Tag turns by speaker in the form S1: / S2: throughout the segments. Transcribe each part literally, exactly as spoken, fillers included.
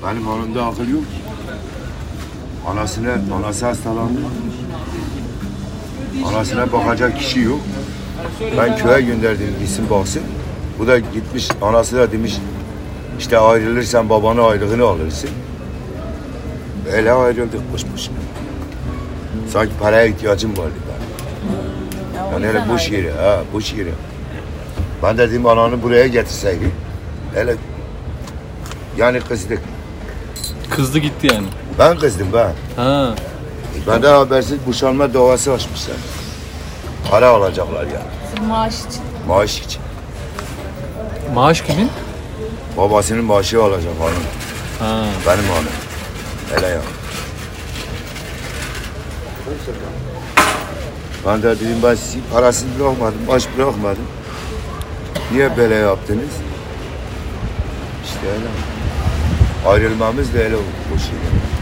S1: Benim hanımda akıl yok ki. Anasına, anası hastalandı. Anasına bakacak kişi yok. Ben köye gönderdim gitsin baksın. Bu da gitmiş, anası da demiş, işte ayrılırsan babana aylığını alırsın. Öyle ayrıldık boş boşuna. Sanki paraya ihtiyacım vardı ben. Yani öyle boş yere, ha boş yere. Ben de dedim ananı buraya getirseydim. Öyle, yani kızdık.
S2: Kızdı gitti yani.
S1: Ben kızdım ben.
S2: Ha.
S1: Benden habersiz boşanma davası açmışlar. Para alacaklar yani.
S3: Maaş için.
S1: Maaş için.
S2: Maaş kimin?
S1: Babasının maaşı alacak hanım.
S2: Ha.
S1: Benim hanım. Hele ya. Ben de dedim ben sizi parasız bırakmadım, baş bırakmadım. Niye böyle yaptınız? İşte öyle. Ayrılmamız da öyle oldu bu şey.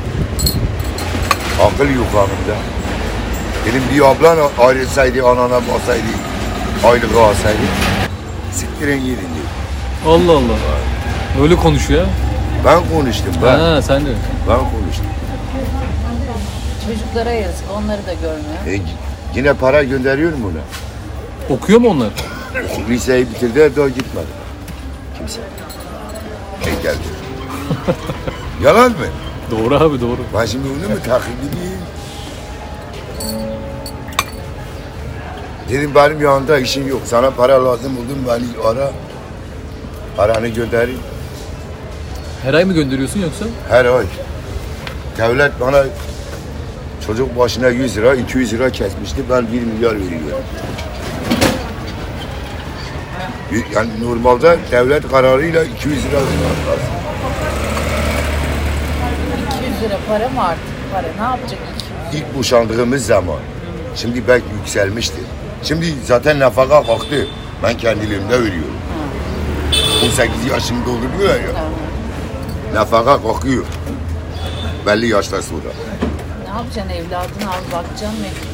S1: Akıl yok hanımda. Benim bir ablan ayrılsaydı, anana basaydı, aylığı alsaydı, siktirin gidin diyor.
S2: Allah Allah. Öyle konuşuyor.
S1: Ben konuştum ben.
S2: Ha sen de.
S1: Ben konuştum.
S3: Çocuklara yazık. Onları da görmüyor.
S1: E, yine para gönderiyor mu ona?
S2: Okuyor mu onlar?
S1: Liseyi bitirdi, daha gitmedi. Kimse. E geldi. Yalan mı?
S2: Doğru abi doğru.
S1: Ben şimdi onu mu takip edeyim? Dedim benim yanında işin yok. Sana para lazım oldum, beni ara. Paranı göndereyim.
S2: Her ay mı gönderiyorsun yoksa?
S1: Her ay. Devlet bana çocuk başına yüz lira, iki yüz lira kesmişti. Ben bir milyar veriyorum. Yani normalde devlet kararıyla iki yüz lira vermek lazım.
S3: iki yüz lira para mı artık? Para ne yapacak iki yüz?
S1: İlk boşandığımız zaman. Şimdi belki yükselmiştir. Şimdi zaten nafaka kalktı. Ben kendiliğimde veriyorum. on sekiz yaşımda oluyor ya.
S3: Ha.
S1: Nafaka kalkıyor. Belli yaştan sonra.
S3: Ne yapacaksın evladını al bakacaksın mı?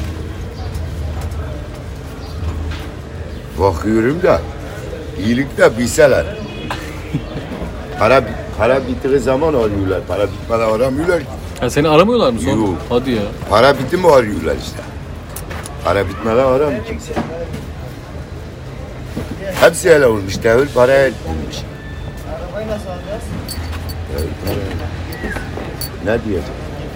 S1: Bakıyorum da iyilik de bilseler. para, para bittiği zaman arıyorlar. Para bitmeden aramıyorlar ki.
S2: Ha, seni aramıyorlar mı sonra?
S1: Yok.
S2: Hadi ya.
S1: Para bitti mi arıyorlar işte. Para bitmeden aramıyor kimse. Hepsi öyle olmuş. Devir paraya etmiş.
S4: Arabayı nasıl alacağız?
S1: Devir paraya. Ne diyeceğim?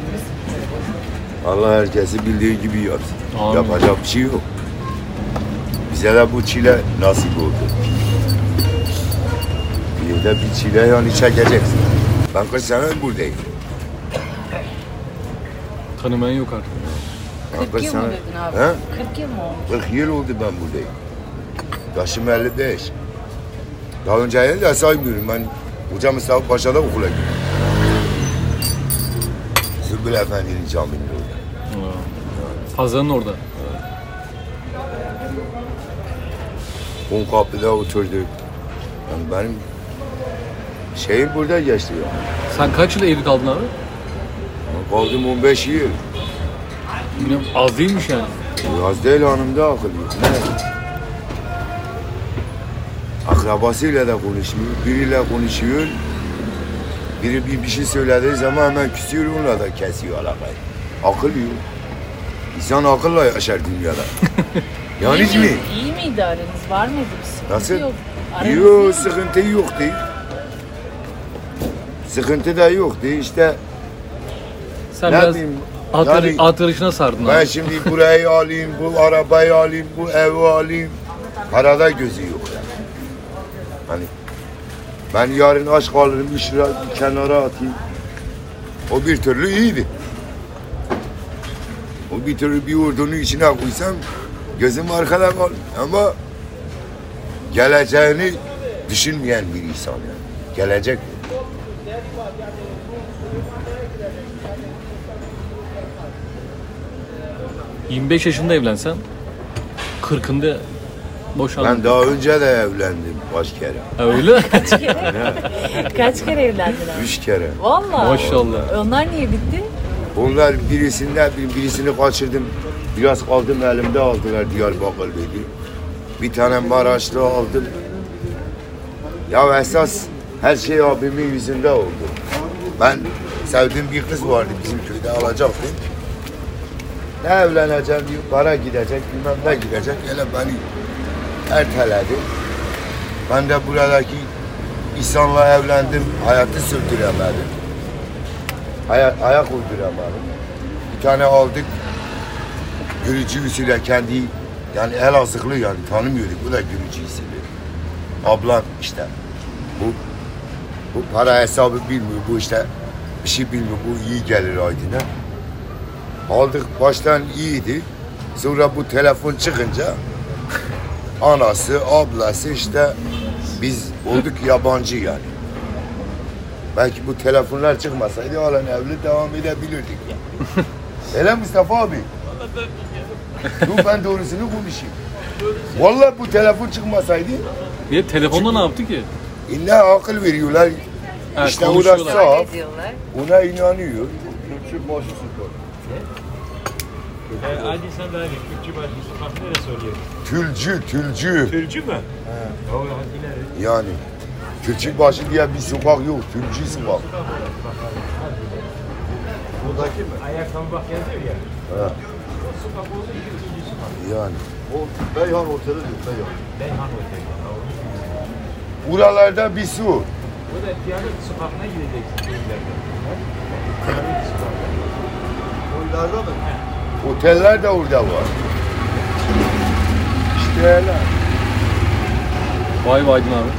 S1: Allah herkesi bildiği gibi yapsın.
S2: Amin.
S1: Yapacak bir şey yok. Bize de bu çile nasip oldu. Bir de bir çile yani çekeceksin. Ben kaç sene buradayım.
S2: Tanımayan yok artık.
S1: Ben
S3: kırk
S1: kaç
S3: yıl mı
S1: sene-
S3: dedin abi?
S1: He?
S3: kırk yıl mı olmuş?
S1: kırk yıl oldu ben buradayım. Yaşım elli beş. Daha önce de saymıyorum. Ben Hoca Mustafa Paşa'da okula gittim. Zümbül Efendi'nin caminin orada.
S2: Ha. Pazarın orada.
S1: On kapıda oturduk. Yani benim şeyim burada geçti ya.
S2: Sen kaç yıl evli kaldın abi?
S1: Ben kaldım on beş yıl.
S2: Bilmiyorum, az değilmiş yani.
S1: Az değil hanımda akıl yok. Ne? Akrabasıyla da konuşmuyor, biriyle konuşuyor. Biri bir, bir şey söylediği zaman hemen küsüyor, onunla da kesiyor alakayı. Akıl yok. İnsan akılla yaşar dünyada. Yani
S3: İyi
S1: mi?
S3: mi- İyi miydi aranız? Var mıydı bir sıkıntı?
S1: Nasıl?
S3: Yok. Aranız iyi
S1: Yok,
S3: mi?
S1: sıkıntı yok değil. Sıkıntı da yok değil işte.
S2: Sen
S1: Ne
S2: biraz
S1: diyeyim?
S2: at,
S1: Yani-
S2: yarı- at yarışına sardın
S1: Ben
S2: abi.
S1: şimdi burayı alayım, bu arabayı alayım, bu evi alayım. Parada gözü yok yani. Hani ben yarın aç kalırım, üç lira bir kenara atayım. O bir türlü iyiydi. O bir türlü bir ordunun içine koysam gözüm arkada kal. Ama geleceğini düşünmeyen bir insan yani. Gelecek.
S2: yirmi beş yaşında evlensen kırkında boşandın.
S1: Ben daha önce de evlendim baş kere.
S2: Ha, öyle mi?
S3: Kaç kere evlendin abi?
S1: Üç kere.
S3: Vallahi.
S2: Maşallah.
S3: Onlar niye bitti?
S1: Onlar birisinde bir- birisini kaçırdım. Biraz kaldım elimde aldılar Diyarbakır'daydı. Bir tane Maraşlı aldım. Ya esas her şey abimin yüzünde oldu. Ben sevdiğim bir kız vardı bizim köyde alacaktım. Ne evleneceğim diyor, para gidecek, bilmem ne gidecek. Hele beni erteledi. Ben de buradaki insanla evlendim, hayatı sürdüremedim. Hayat, ayak uyduramadım. Bir tane aldık, Gürcü usulü kendi, yani Elazığlı yani tanımıyorduk, bu da Gürcü usulü. Ablam işte, bu bu para hesabı bilmiyor, bu işte bir şey bilmiyor, bu iyi gelir Aydın'a. Aldık, baştan iyiydi. Sonra bu telefon çıkınca anası, ablası işte biz olduk yabancı yani. Belki bu telefonlar çıkmasaydı halen evli devam edebilirdik ya. Öyle Mustafa abi. Dur ben doğrusunu konuşayım. Vallahi bu telefon çıkmasaydı.
S2: Niye? Telefonda ne yaptı ki?
S1: İnne akıl veriyorlar.
S2: Ha,
S1: işte o da
S2: konuşuyorlar.
S1: saf.
S3: Öyle diyorlar.
S1: Ona inanıyor.
S5: Kürtçü başı spor. Ee, Ali sen de hani Kürtçü başı spor nereye soruyor?
S1: Tülcü, tülcü.
S5: Türkçü mü? He. O ileri.
S1: Yani Küçükbaşı diye bir sokak yok. Tülcü sokak.
S5: Buradaki mi? Ayakkabı bak yazıyor ya.
S1: Ha.
S5: O sokak oldu ikinci sokak.
S1: Yani.
S6: O Beyhan Oteli diyor, Beyhan.
S5: Beyhan Oteli.
S1: Buralarda bir su.
S5: O da Tiyaret sokakına gideceksin. Köylerden. Tiyaret sokakına.
S6: O ileride mi?
S1: Oteller de orada var. İşte öyle.
S2: Vay Aydın abi.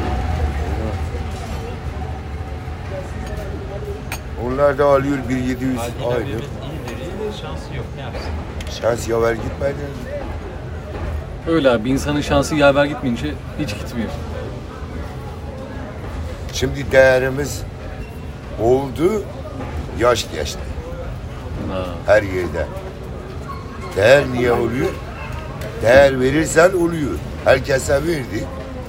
S1: Onlar da alıyor bir yedi yüz
S5: Aydın
S1: aylık.
S5: abimiz iyidir, iyidir. Şansı yok. Ne yapsın?
S1: Şans yaver gitmedi.
S2: Öyle abi, insanın şansı yaver gitmeyince hiç gitmiyor.
S1: Şimdi değerimiz oldu, yaş geçti.
S2: Ha.
S1: Her yerde. Değer niye oluyor? Değer verirsen oluyor. Herkese verdik.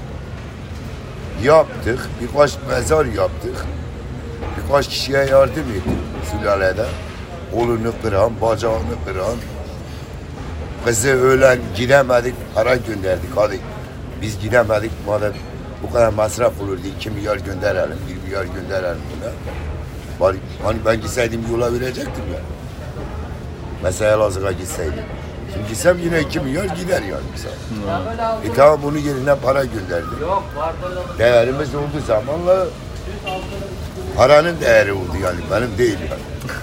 S1: Yaptık. Birkaç mezar yaptık. Birkaç kişiye yardım ettik sülalede. Kolunu kıran, bacağını kıran. Kızı öğlen gidemedik, para gönderdik. Hadi biz gidemedik madem bu kadar masraf olurdu. iki milyar gönderelim, bir milyar gönderelim buna. Bari, hani ben gitseydim yola verecektim ya. Mesela Elazığ'a gitseydim. Şimdi gitsem yine iki milyar gider yani mesela. E tamam bunun yerine para gönderdik. Değerimiz olduğu zamanla paranın değeri oldu yani benim değil yani.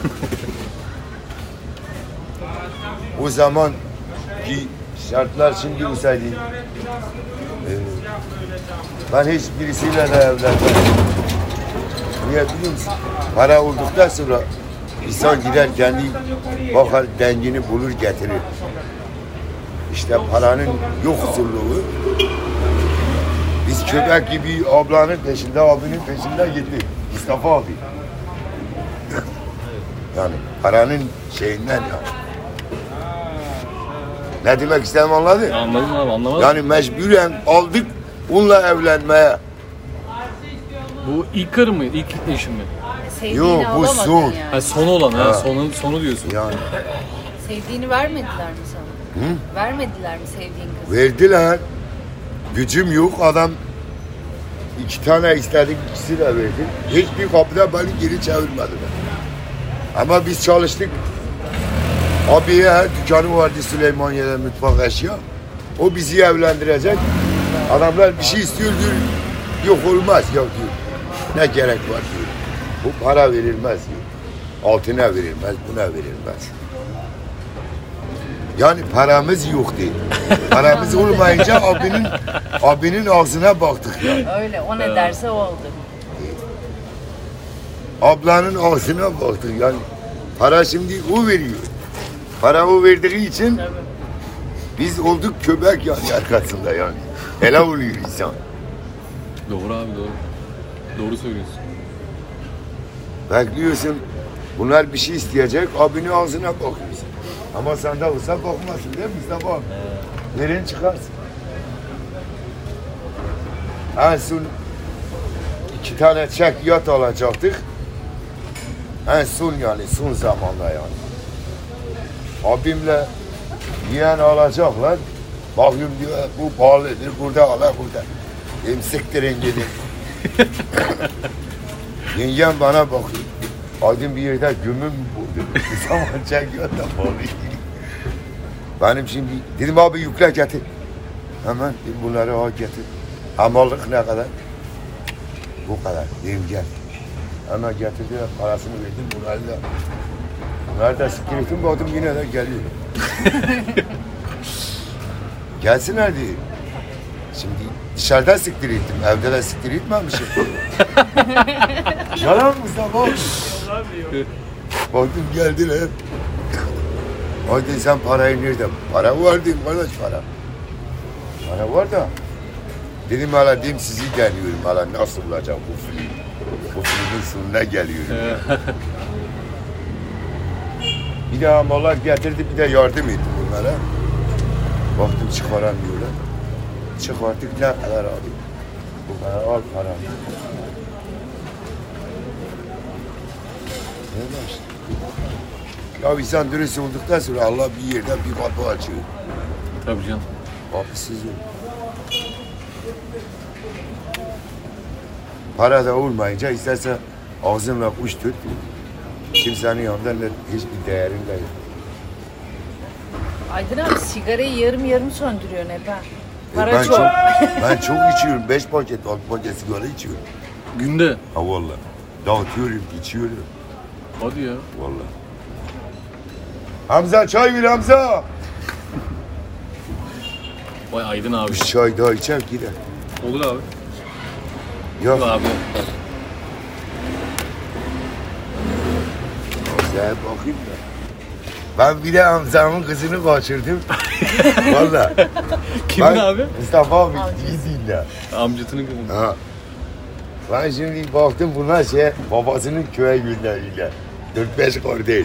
S1: O zaman ki şartlar şimdi olsaydı e, ben hiç birisiyle de evlenmem. Niye biliyor musun? Para olduktan sonra insan gider kendi bakar dengini bulur getirir. İşte paranın yoksulluğu. Biz köpek gibi ablanın peşinde, abinin peşinde gittik. Mustafa abi. Yani paranın şeyinden yani. Ne demek istediğimi anladın?
S2: Anladım abi, anlamadım.
S1: Yani mecburen aldık onunla evlenmeye.
S2: Bu ilk karı mı? İlk eşin mi?
S3: Sevdiğini
S1: Yok, bu
S3: alamadın
S1: son.
S3: yani.
S2: Ha, sonu olan ha,
S1: Ha.
S2: sonu, sonu diyorsun.
S1: Yani
S3: Sevdiğini vermediler mi sana?
S1: Hı?
S3: Vermediler mi sevdiğin kızı?
S1: verdiler. Gücüm yok adam iki tane istedik ikisi de verdi. Hiçbir kapıda beni geri çevirmediler. Ama biz çalıştık. Abiye dükkanı vardı Süleymaniye'de mutfak eşya. O bizi evlendirecek. Adamlar bir şey istiyor diyor. Yok olmaz ya diyor. Ne gerek var diyor. Bu para verilmez diyor. Altına verilmez, buna verilmez. Yani paramız yok değil. Paramız olmayınca abinin abinin ağzına baktık ya.
S3: Öyle, o ne derse o oldu.
S1: Ablanın ağzına baktık yani. Para şimdi o veriyor. Para o verdiği için biz olduk köpek yani arkasında yani. Hele oluyor insan.
S2: Doğru abi, doğru. Doğru söylüyorsun.
S1: Bekliyorsun. Bunlar bir şey isteyecek. Abinin ağzına bakıyorsun. Ama sende olsa bakmazsın değil mi Mustafa abi? Verin çıkarsın. En son iki tane çek yat alacaktık. En son yani son zamanda yani. Abimle yeğen alacaklar. Bakıyorum diyor bu pahalıdır burada ala burada. Dedim siktirin gidin. Yengem bana bakıyor. Aydın bir yerde gömüm buldu. Bir zaman çekiyor da bağlı. Benim şimdi dedim abi yükle getir. Hemen dedim, bunları al getir. Hamallık ne kadar? Bu kadar. Dedim gel. Hemen getirdiler parasını verdim bunları da. Bunları da siktir ettim baktım yine de geliyor. Gelsinler diye. Şimdi dışarıda siktir ettim. Evde de siktir etmemişim. Yalan Mustafa abi. Baktım geldiler. Hadi sen parayı nerede? Para var dedim kardeş para. Para var da. Dedim hala dedim sizi deniyorum hala nasıl olacak bu film. Bu filmin sonuna geliyorum. Bir de hamallar getirdi bir de yardım etti bunlara. Baktım çıkaramıyorlar. Çıkarttık ne kadar abi? Bu kadar al para. Ne var? Ya insan dürüst olduktan sonra Allah bir yerden bir kapı açıyor.
S2: Tabii canım.
S1: Kapısız yok. Para da olmayınca istersen ağzınla kuş tut. Kimsenin yanında hiçbir değerin de yok.
S3: Aydın abi sigarayı yarım yarım söndürüyor ne ben? Para
S1: ben
S3: çok.
S1: çok. Ben çok içiyorum. Beş paket, altı paket sigara içiyorum.
S2: Günde.
S1: Ha vallahi. Dağıtıyorum, içiyorum.
S2: Hadi ya.
S1: Vallahi. Hamza çay ver Hamza.
S2: Vay Aydın abi.
S1: Bir çay daha içer gider.
S2: Olur abi.
S1: Yok.
S2: Yok abi.
S1: Sen bakayım da. Ben bir de Hamza'nın kızını kaçırdım. Vallahi.
S2: Kimin
S1: Ben,
S2: abi?
S1: Mustafa abi iyi dinle.
S2: Amcasının kızı.
S1: Ha. Ben şimdi baktım bunlar şey babasının köye gönderiyle. Dört beş kardeş.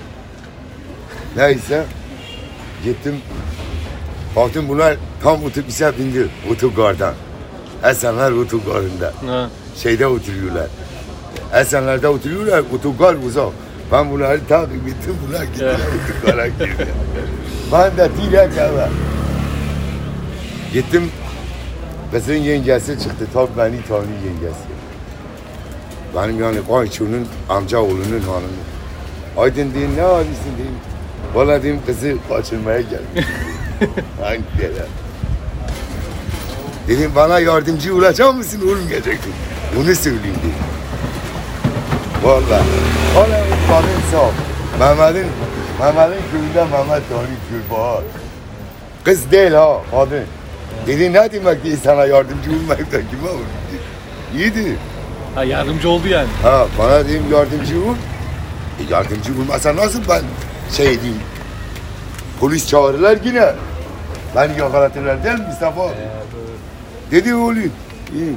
S1: Neyse. Gittim. Baktım bunlar tam otobüse bindi. Otogardan. Esenler otogarında.
S2: Ha.
S1: Şeyde oturuyorlar. Esenler'de oturuyorlar. Otogar uzak. Ben bunları takip ettim. Bunlar gittiler otogara girdi. Ben de direkt eve. Gittim. Kızın yengesi çıktı. Tabii beni tanıyor yengesi. Benim yani Ayço'nun amca oğlunun hanımı. Aydın deyin ne arıyorsun diyeyim. Valla diyeyim kızı kaçırmaya geldim. Hangi dedim. Dedim bana yardımcı olacak mısın olmayacaksın. Onu söyleyeyim dedim. Valla. Hala kadın sağ ol. Mehmet'in, Mehmet'in köyünde Mehmet Tanrı Gülbahar. Kız değil ha kadın. Dedi ne demek diye sana yardımcı olmayıp da kime olur? İyiydi.
S2: Ha yardımcı oldu yani.
S1: Ha bana diyeyim yardımcı ol. E, yardımcı olmasa nasıl ben şey diyeyim. Polis çağırırlar yine. Beni yakalatırlar değil mi Mustafa abi? Dedi oğlum. İyi.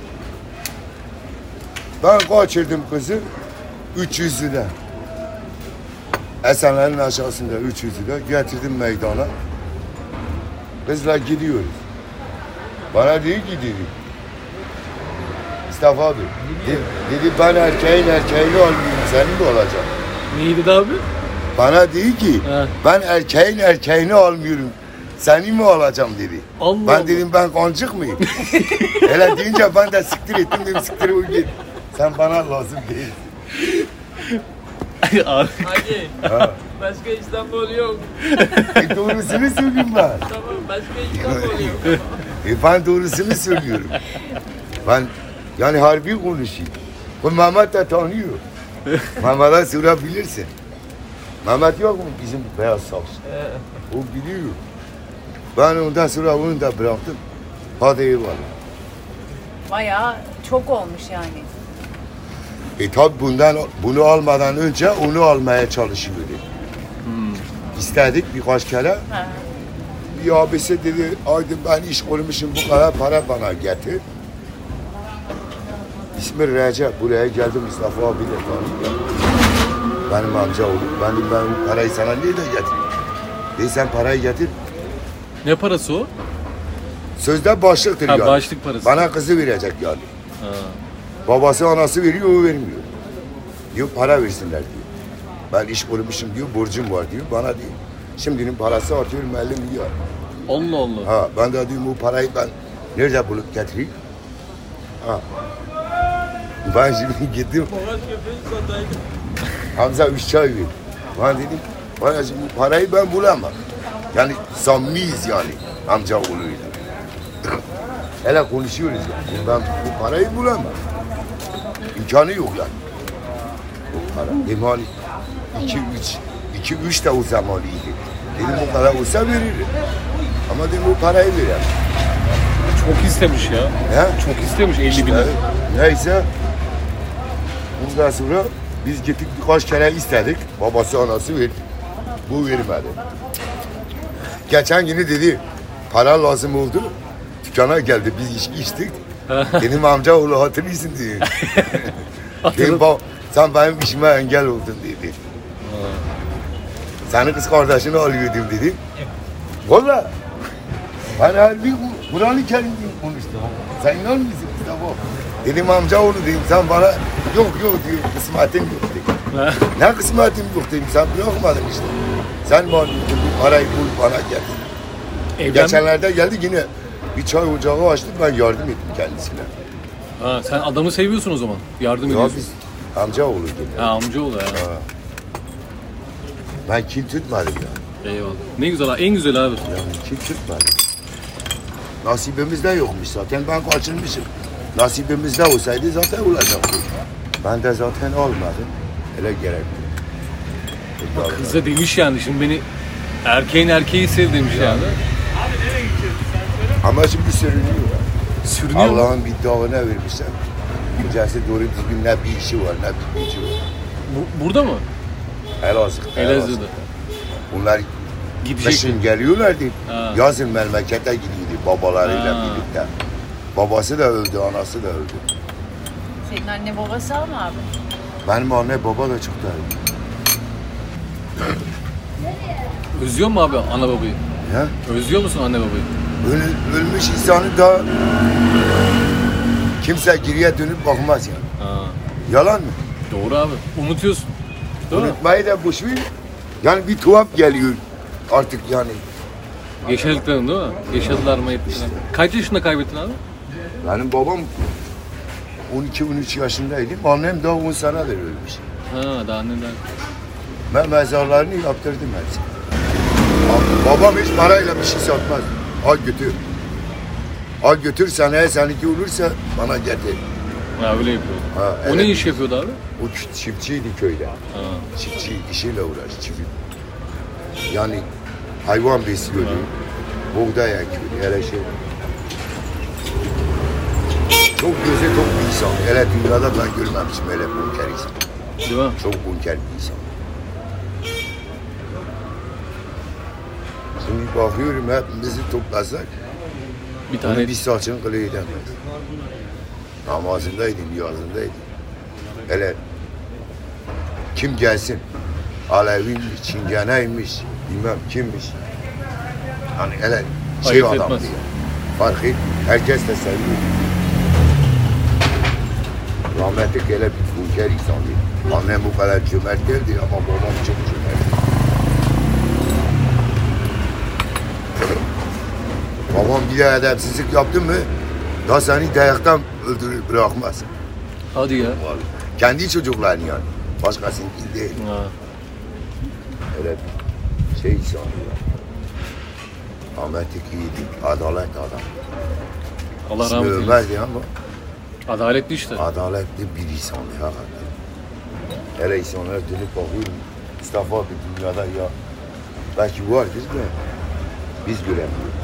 S1: Ben kaçırdım kızı. üç yüz lira. Esenler'in aşağısında üç yüz lira. Getirdim meydana. Kızla gidiyoruz. Bana değil ki dedi. Mustafa abi. Dedi, dedi ben erkeğin erkeğini almayayım. Senin de olacak.
S2: Neydi abi?
S1: Bana dedi ki
S2: He.
S1: ben erkeğin erkeğini almıyorum. Seni mi alacağım dedi.
S2: Allah
S1: ben
S2: Allah.
S1: dedim ben kancık mıyım? Öyle deyince ben de siktir ettim dedim siktir ol git. Sen bana lazım değil.
S2: abi.
S5: Hadi.
S1: Ha.
S5: Başka İstanbul yok.
S1: E, doğrusunu söyleyeyim ben.
S5: Tamam başka İstanbul yok.
S1: E, ben doğrusunu söylüyorum. Ben yani harbi konuşayım. Bu Mehmet de tanıyor. Mehmet'e sorabilirsin. Mehmet yok mu bizim beyaz saç? O biliyor. Ben ondan sonra onu da bıraktım. Hadi eyvallah.
S3: Bayağı çok olmuş yani.
S1: E tabi bundan bunu almadan önce onu almaya çalışıyordu.
S2: Hmm.
S1: İstedik birkaç kere.
S3: Ha.
S1: Bir abisi dedi, Aydın ben iş kurmuşum bu kadar para bana getir. İsmi Recep, buraya geldi Mustafa abi de tanıyor. Benim amca oğlum, ben, ben bu parayı sana nereden getireyim? Dedi sen parayı getir.
S2: Ne parası o?
S1: Sözde başlıktır
S2: Ha,
S1: yani.
S2: başlık parası.
S1: Bana kızı verecek yani.
S2: Ha.
S1: Babası anası veriyor, o vermiyor. Diyor para versinler diyor. Ben iş kurmuşum diyor, borcum var diyor, bana diyor. Şimdinin parası atıyorum elli milyar.
S2: Allah Allah.
S1: Ha, ben de diyorum bu parayı ben nerede bulup getireyim? Ha. Ben şimdi gittim.
S5: Boğaz köpeği sataydı.
S1: Hamza üç çay ver. Ben dedim, bana şimdi bu parayı ben bulamam. Yani samimiyiz yani amca oğluyla. Hele konuşuyoruz yani. Ben bu parayı bulamam. İmkanı yok yani. Bu para. Dedim hani iki üç, iki üç de o zaman iyiydi. Dedim o kadar olsa veririm. Ama dedim o parayı ver yani.
S2: Çok istemiş ya.
S1: He?
S2: Çok istemiş elli bin lira.
S1: Neyse. Bundan sonra biz gittik birkaç kere istedik. Babası anası verdi. Bu vermedi. Geçen günü dedi para lazım oldu. Dükkana geldi biz içki içtik. Dedim amca oğlu hatırlıyorsun diye. Dedim bak sen benim işime engel oldun dedi. Senin kız kardeşini alıyordum dedim. Valla. Ben harbi Kur'an-ı Kerim konuştum. Sen inanmıyor musun Mustafa? Dedim amca oğlu dedim sen bana yok yok diyor kısmetim yok dedim. Ne kısmetim yok dedim sen bırakmadın işte. Sen bana bu parayı bul bana getir.
S2: Evlen...
S1: Geçenlerde geldi yine bir çay ocağı açtık ben yardım ettim kendisine.
S2: Ha, sen adamı seviyorsun o zaman. Yardım
S1: Ya
S2: ediyorsun.
S1: biz amca oğlu dedim.
S2: Ha, amcaoğlu ya.
S1: Ha. Ben kim tutmadım ya.
S2: Eyvallah. Ne güzel ha. En güzel abi.
S1: Yani kim tutmadım. Nasibimizde yokmuş zaten ben kaçırmışım. Nasibimizde olsaydı zaten olacaktı. Ben de zaten olmadım. Öyle gerek yok.
S2: Kız da demiş yani şimdi beni erkeğin erkeği sev demiş yani.
S1: Ama şimdi sürünüyor.
S2: Sürünüyor mu?
S1: Allah'ın bir dağına vermişler. Güncesi doğru düzgün ne bir işi var ne bir gücü var.
S2: Bu, burada mı?
S1: Elazığ'da.
S2: Elazığ'da.
S1: Bunlar
S2: Gidecek.
S1: kışın geliyorlardı.
S2: Ha.
S1: Yazın memlekete gidiyordu babalarıyla
S2: Ha.
S1: birlikte. Babası da öldü, anası da öldü.
S3: Senin anne baba sağ mı abi?
S1: Benim anne baba da çok da öldü.
S2: Özlüyor mu abi ana babayı?
S1: Ya?
S2: Özlüyor musun anne babayı?
S1: Öl, ölmüş insanı da kimse geriye dönüp bakmaz yani.
S2: Ha.
S1: Yalan mı?
S2: Doğru abi. Unutuyorsun. Değil mi?
S1: Unutmayı da boş ver. Yani bir tuhaf geliyor artık yani.
S2: Yaşadıkların değil mi? Yaşadılar mı ettiler? Kaç yaşında kaybettin abi?
S1: Benim babam on iki on üç yaşındaydı. Annem daha on senedir ölmüş.
S2: Ha daha neler?
S1: Ben mezarlarını yaptırdım hepsini. Babam hiç parayla bir şey satmaz. Al götür. Al götür seneye seninki olursa bana getir.
S2: Ha öyle yapıyordu.
S1: Ha,
S2: O
S1: evet.
S2: ne iş yapıyordu abi?
S1: O çiftçiydi köyde.
S2: Ha.
S1: Çiftçi işiyle uğraş. Çift. Yani hayvan besliyordu. Buğday ekiyordu. Hele şey. Çok güzel, çok bir insan. Hele dünyada ben görmemişim hele bunker insan.
S2: Değil mi?
S1: Çok bunker bir insan. Şimdi bakıyorum hepimizi toplasak
S2: Bir
S1: onu
S2: tane
S1: bir saçın kılı edemez. Namazındaydı, niyazındaydı. Hele kim gelsin? Aleviymiş, Çingeneymiş, bilmem kimmiş. Hani hele şey
S2: Ayırt
S1: adamdı
S2: etmez.
S1: ya. Fark et, herkes de seviyor. Rahmetli hele bir bunker insandı. Annem bu kadar cömert değildi ama babam çok cömert. Babam bir de edepsizlik yaptı mı da seni dayaktan öldürür bırakmaz.
S2: Hadi ya.
S1: Vallahi. Kendi çocuklarını yani. Başkasının değil.
S2: Ha.
S1: Öyle bir şey insan ya. Ahmetlik iyiydi. Adalet adam.
S2: Allah
S1: İsmi
S2: rahmet eylesin.
S1: Ömer'di ama
S2: Adaletli işte.
S1: adaletli bir insan ya. Hele insanlar dönüp bakıyorum. Mustafa bir dünyada ya. Belki vardır da biz göremiyoruz.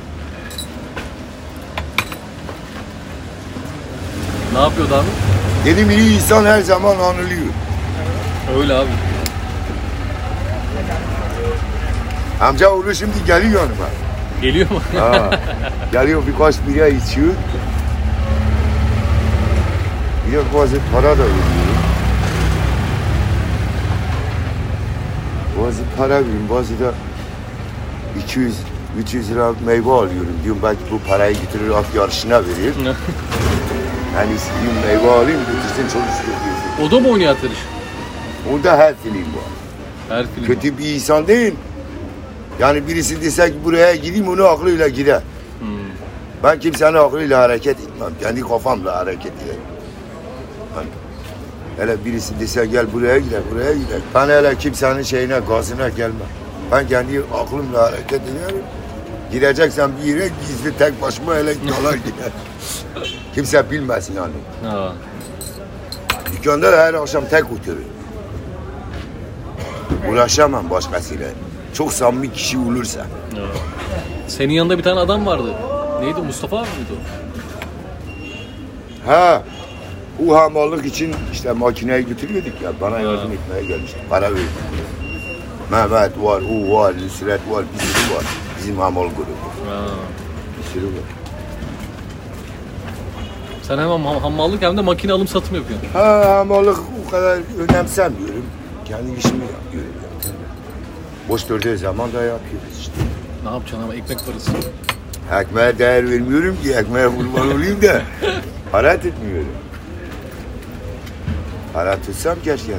S2: Ne yapıyordu abi?
S1: Dedim iyi insan her zaman anılıyor.
S2: Öyle abi.
S1: Amca oğlu şimdi geliyor yanıma.
S2: Geliyor mu?
S1: Ha, geliyor birkaç bira içiyor. Bir de bazı para da veriyor. Bazı para veriyorum, bazı da iki yüz üç yüz lira meyve alıyorum. Diyorum belki bu parayı götürür at yarışına verir. Yani diyorum meyve alayım götürsün çoluk çocuk diyorsun.
S2: O da mı oynuyor atırış?
S1: Onda her film var.
S2: Her film.
S1: Kötü bir insan değil. Yani birisi dese ki buraya gideyim onu aklıyla gider.
S2: Hmm.
S1: Ben kimsenin aklıyla hareket etmem. Kendi kafamla hareket ederim. Yani Hele birisi dese gel buraya gidelim, buraya gidelim. Ben hele kimsenin şeyine, gazına gelmem. Ben kendi aklımla hareket ediyorum. Gideceksen bir yere gizli tek başıma hele dolar gider. Kimse bilmesin yani.
S2: Ha.
S1: Dükkanda da her akşam tek oturuyorum. Uğraşamam başkasıyla. Çok samimi kişi olursa.
S2: Ha. Senin yanında bir tane adam vardı. Neydi? Mustafa abi miydi o?
S1: Ha, bu hamallık için işte makineyi götürüyorduk ya. Bana yardım
S2: Ha.
S1: etmeye gelmişti. Para verdi. Mehmet var, o var, Nusret var, bir sürü var. Bizim hamal grubu.
S2: Ha.
S1: Bir sürü var.
S2: Sen hem ham- hammallık hem de makine alım satım yapıyorsun.
S1: Ha, hamallık o kadar önemsemiyorum. Kendi işimi yapıyorum. Yani. Boş durduğu zaman da yapıyoruz işte.
S2: Ne yapacaksın ama ekmek parası.
S1: Ekmeğe değer vermiyorum ki ekmeğe kurban olayım da para tutmuyorum. Para tutsam keşke.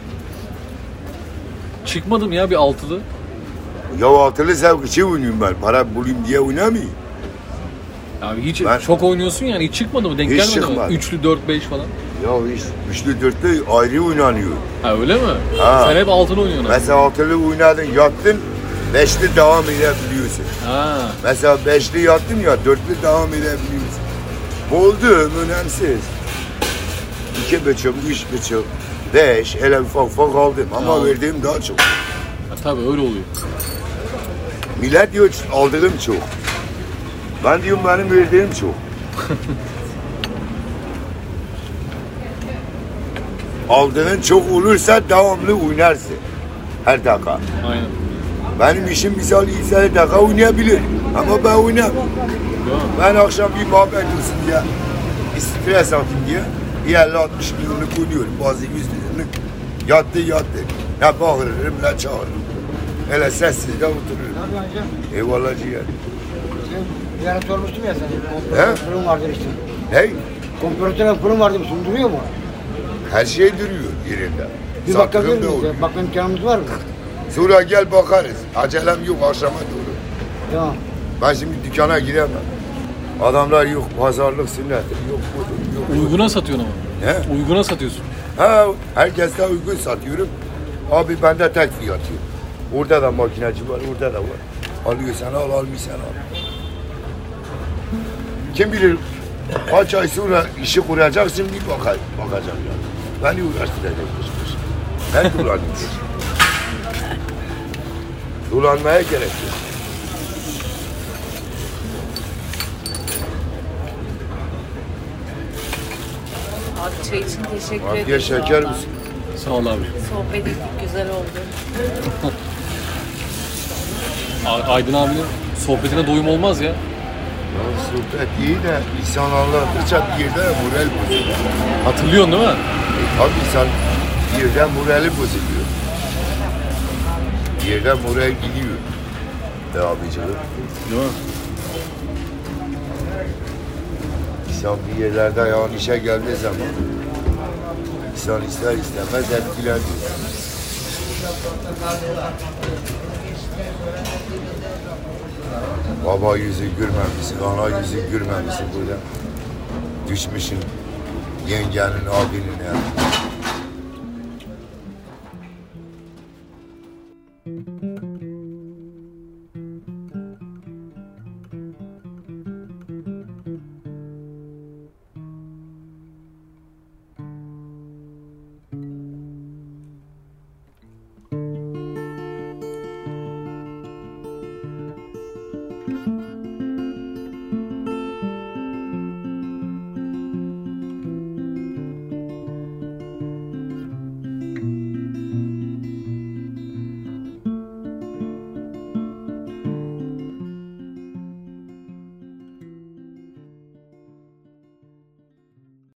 S2: Çıkmadım ya bir altılı.
S1: Ya altılı sevkıcı oynuyorum ben. Para bulayım diye oynamayayım.
S2: Abi hiç
S1: Ben-
S2: çok oynuyorsun yani hiç çıkmadı mı? Denk
S1: Hiç
S2: gelmedi mi?
S1: çıkmadı.
S2: Üçlü, dört, beş falan.
S1: Ya hiç üçlü dörtlü ayrı oynanıyor.
S2: Ha öyle mi?
S1: Ha.
S2: Sen hep altını oynuyorsun abi.
S1: Mesela altılı oynadın yattın, beşli devam edebiliyorsun.
S2: Ha.
S1: Mesela beşli yattın ya, dörtlü devam edebiliyorsun. Buldum, önemsiz. İki buçuk, üç buçuk, beş, hele ufak ufak aldım ama
S2: Ya.
S1: verdiğim daha çok.
S2: Ha, tabii öyle oluyor.
S1: Millet diyor aldığım çok. Ben diyorum benim verdiğim çok. Aldığın çok olursa devamlı oynarsın. Her dakika.
S2: Aynen.
S1: Benim işim misal ise her dakika oynayabilir. Ama ben oynamam.
S2: Değil mi?
S1: Ben akşam bir muhabbet olsun diye, bir stres atayım diye bir elli altmış milyonluk oynuyorum. Bazı yüz milyonluk. Yattı yattı. Ne bağırırım ne çağırırım. Hele sessiz de otururum.
S4: Ne yapıyorsun hocam?
S1: Eyvallah ciğer.
S4: Sen bir ara sormuştum ya sana.
S1: He?
S4: Kompütör pulun var demiştin.
S1: Hey,
S4: Kompütörün pulun var demiştin. Duruyor mu?
S1: her şey duruyor yerinde.
S4: Bir
S1: Satırım
S4: bakabilir
S1: da
S4: miyiz?
S1: oluyor.
S4: ya? Bakma imkanımız var mı?
S1: Sonra gel bakarız. Acelem yok akşama doğru.
S4: Tamam.
S1: Ben şimdi dükkana giremem. Adamlar yok pazarlık sünnettir. Yok budur, yok budur.
S2: Uyguna satıyorsun ama.
S1: He?
S2: Uyguna satıyorsun.
S1: Ha, herkeste uygun satıyorum. Abi bende tek fiyat yok. Orada da makinacı var, orada da var. Alıyorsan al, almıyorsan al. Kim bilir kaç ay sonra işi kuracaksın bir bakar, bakacağım yani. Beni uğraştıracak kuşmuş. Ben dolanayım. Dolanmaya gerek yok.
S3: Abi çay için teşekkür ederim.
S1: Afiyet şeker
S3: vallahi.
S1: misin?
S2: Sağ ol abi.
S3: Sohbet ettik, güzel oldu.
S2: A- Aydın abinin sohbetine doyum olmaz ya.
S1: Ya sohbet iyi de insan anlattıkça bir yerde moral bozuluyor.
S2: Hatırlıyorsun değil mi?
S1: E, tabii insan bir yerde morali bozuluyor. Bir yerde moral gidiyor. E abicim.
S2: Değil mi?
S1: İnsan bir yerlerde yani işe geldiği zaman insan ister istemez etkileniyor. Baba yüzü görmemişsin, ana yüzü görmemişsin burada. Düşmüşsün yengenin, abinin. Yani.